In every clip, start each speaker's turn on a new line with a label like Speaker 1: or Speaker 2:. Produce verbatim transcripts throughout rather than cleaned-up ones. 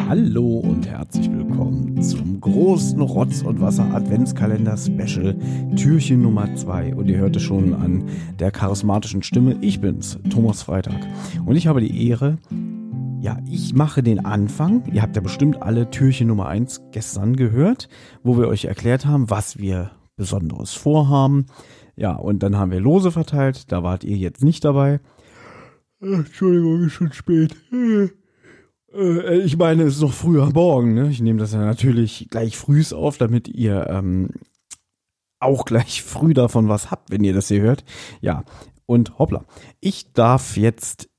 Speaker 1: Hallo und herzlich willkommen zum großen Rotz und Wasser Adventskalender Special, Türchen Nummer zwei. Und ihr hört es schon an der charismatischen Stimme, ich bin's, Thomas Freitag. Und ich habe die Ehre, ja, ich mache den Anfang. Ihr habt ja bestimmt alle Türchen Nummer eins gestern gehört, wo wir euch erklärt haben, was wir Besonderes vorhaben. Ja, und dann haben wir Lose verteilt, da wart ihr jetzt nicht dabei. Entschuldigung, ist schon spät. Äh, ich meine, es ist noch früh am Morgen, ne? Ich nehme das ja natürlich gleich frühs auf, damit ihr ähm, auch gleich früh davon was habt, wenn ihr das hier hört. Ja, und hoppla. Ich darf jetzt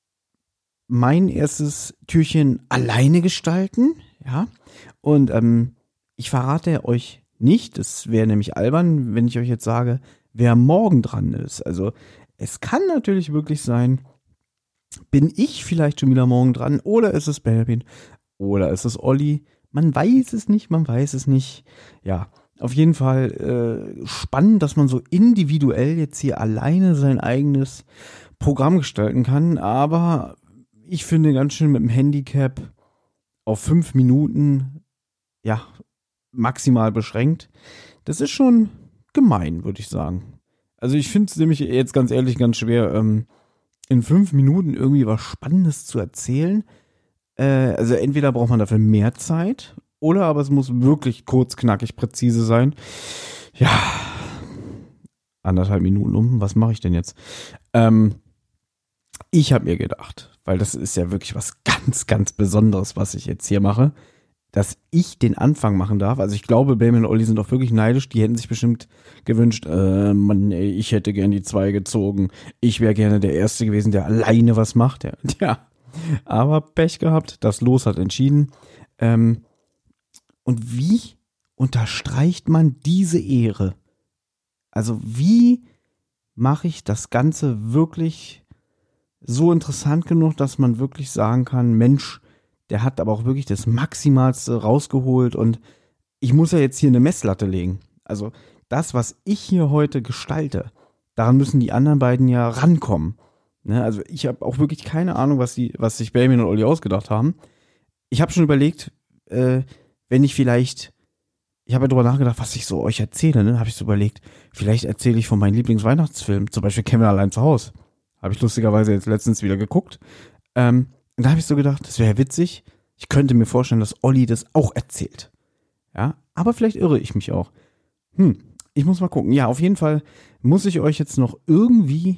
Speaker 1: mein erstes Türchen alleine gestalten, ja. Und ähm, ich verrate euch nicht, es wäre nämlich albern, wenn ich euch jetzt sage, wer morgen dran ist. Also es kann natürlich wirklich sein, bin ich vielleicht schon wieder morgen dran oder ist es Belbin oder ist es Olli? Man weiß es nicht, man weiß es nicht. Ja, auf jeden Fall äh, spannend, dass man so individuell jetzt hier alleine sein eigenes Programm gestalten kann. Aber ich finde ganz schön mit dem Handicap auf fünf Minuten, ja, maximal beschränkt. Das ist schon gemein, würde ich sagen. Also ich finde es nämlich jetzt ganz ehrlich ganz schwer, ähm, in fünf Minuten irgendwie was Spannendes zu erzählen. Äh, also entweder braucht man dafür mehr Zeit oder aber es muss wirklich kurz, knackig, präzise sein. Ja, anderthalb Minuten um. Was mache ich denn jetzt? Ähm, ich habe mir gedacht, weil das ist ja wirklich was ganz, ganz Besonderes, was ich jetzt hier mache, dass ich den Anfang machen darf. Also ich glaube, Benjamin und Olli sind auch wirklich neidisch. Die hätten sich bestimmt gewünscht, äh, Mann, ey, ich hätte gern die zwei gezogen. Ich wäre gerne der Erste gewesen, der alleine was macht. Ja, ja. Aber Pech gehabt, das Los hat entschieden. Ähm, und wie unterstreicht man diese Ehre? Also wie mache ich das Ganze wirklich so interessant genug, dass man wirklich sagen kann, Mensch, der hat aber auch wirklich das Maximalste rausgeholt und ich muss ja jetzt hier eine Messlatte legen. Also das, was ich hier heute gestalte, daran müssen die anderen beiden ja rankommen. Ne? Also ich habe auch wirklich keine Ahnung, was, die, was sich Benjamin und Olli ausgedacht haben. Ich habe schon überlegt, äh, wenn ich vielleicht, ich habe ja drüber nachgedacht, was ich so euch erzähle, ne? Habe ich so überlegt, vielleicht erzähle ich von meinem Lieblingsweihnachtsfilm, zum Beispiel Kevin allein zu Hause. Habe ich lustigerweise jetzt letztens wieder geguckt. Ähm, Und da habe ich so gedacht, das wäre witzig. Ich könnte mir vorstellen, dass Olli das auch erzählt. Ja, aber vielleicht irre ich mich auch. Hm, ich muss mal gucken. Ja, auf jeden Fall muss ich euch jetzt noch irgendwie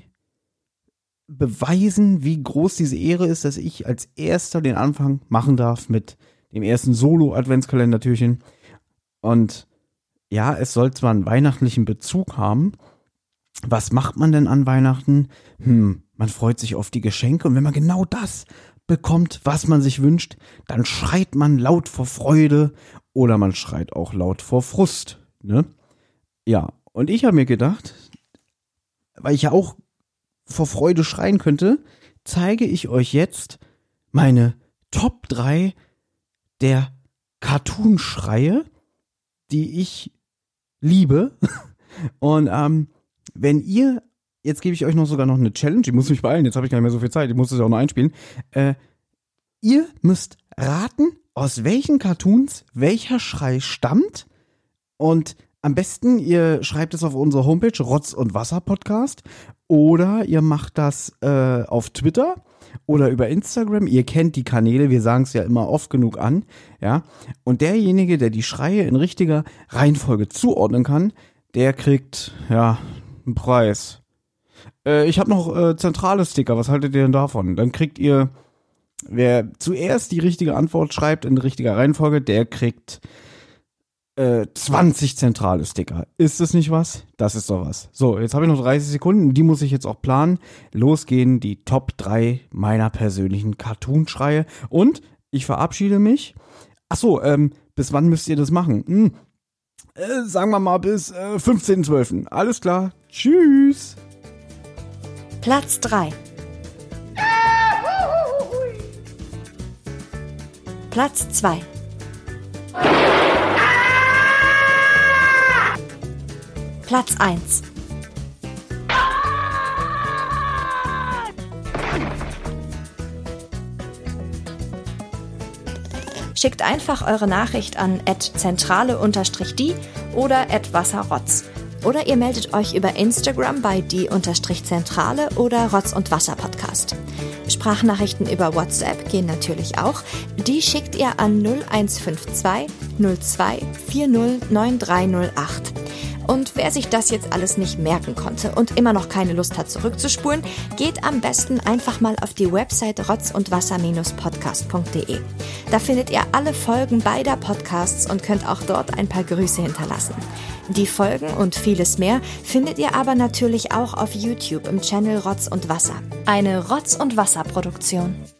Speaker 1: beweisen, wie groß diese Ehre ist, dass ich als Erster den Anfang machen darf mit dem ersten Solo-Adventskalender-Türchen. Und ja, es soll zwar einen weihnachtlichen Bezug haben. Was macht man denn an Weihnachten? Hm, man freut sich auf die Geschenke und wenn man genau das bekommt, was man sich wünscht, dann schreit man laut vor Freude oder man schreit auch laut vor Frust, ne? Ja, und ich habe mir gedacht, weil ich ja auch vor Freude schreien könnte, zeige ich euch jetzt meine Top drei der Cartoon-Schreie, die ich liebe. Und ähm, wenn ihr, jetzt gebe ich euch noch sogar noch eine Challenge, ich muss mich beeilen, jetzt habe ich gar nicht mehr so viel Zeit, ich muss das ja auch noch einspielen. Äh, ihr müsst raten, aus welchen Cartoons welcher Schrei stammt und am besten, ihr schreibt es auf unsere Homepage, Rotz und Wasser Podcast, oder ihr macht das äh, auf Twitter oder über Instagram. Ihr kennt die Kanäle, wir sagen es ja immer oft genug an, ja. Und derjenige, der die Schreie in richtiger Reihenfolge zuordnen kann, der kriegt, ja, einen Preis. Äh, ich habe noch äh, zentrale Sticker, was haltet ihr denn davon? Dann kriegt ihr, wer zuerst die richtige Antwort schreibt in richtiger Reihenfolge, der kriegt äh, zwanzig zentrale Sticker. Ist das nicht was? Das ist doch was. So, jetzt habe ich noch dreißig Sekunden, die muss ich jetzt auch planen. Los gehen die Top drei meiner persönlichen Cartoon-Schreie. Und ich verabschiede mich. Achso, ähm, bis wann müsst ihr das machen? Hm. Äh, sagen wir mal bis äh, fünfzehnten zwölften Alles klar. Tschüss.
Speaker 2: Platz drei. Platz zwei. Platz eins. Schickt einfach eure Nachricht an at zentrale-die oder at wasserrotz. Oder ihr meldet euch über Instagram bei die-zentrale oder Rotz und Wasser Podcast. Sprachnachrichten über WhatsApp gehen natürlich auch. Die schickt ihr an null eins fünf zwei null zwei vier null neun drei null acht. Und wer sich das jetzt alles nicht merken konnte und immer noch keine Lust hat zurückzuspulen, geht am besten einfach mal auf die Website rotz und wasser podcast punkt de. Da findet ihr alle Folgen beider Podcasts und könnt auch dort ein paar Grüße hinterlassen. Die Folgen und vieles mehr findet ihr aber natürlich auch auf YouTube im Channel Rotz und Wasser. Eine Rotz und Wasser Produktion.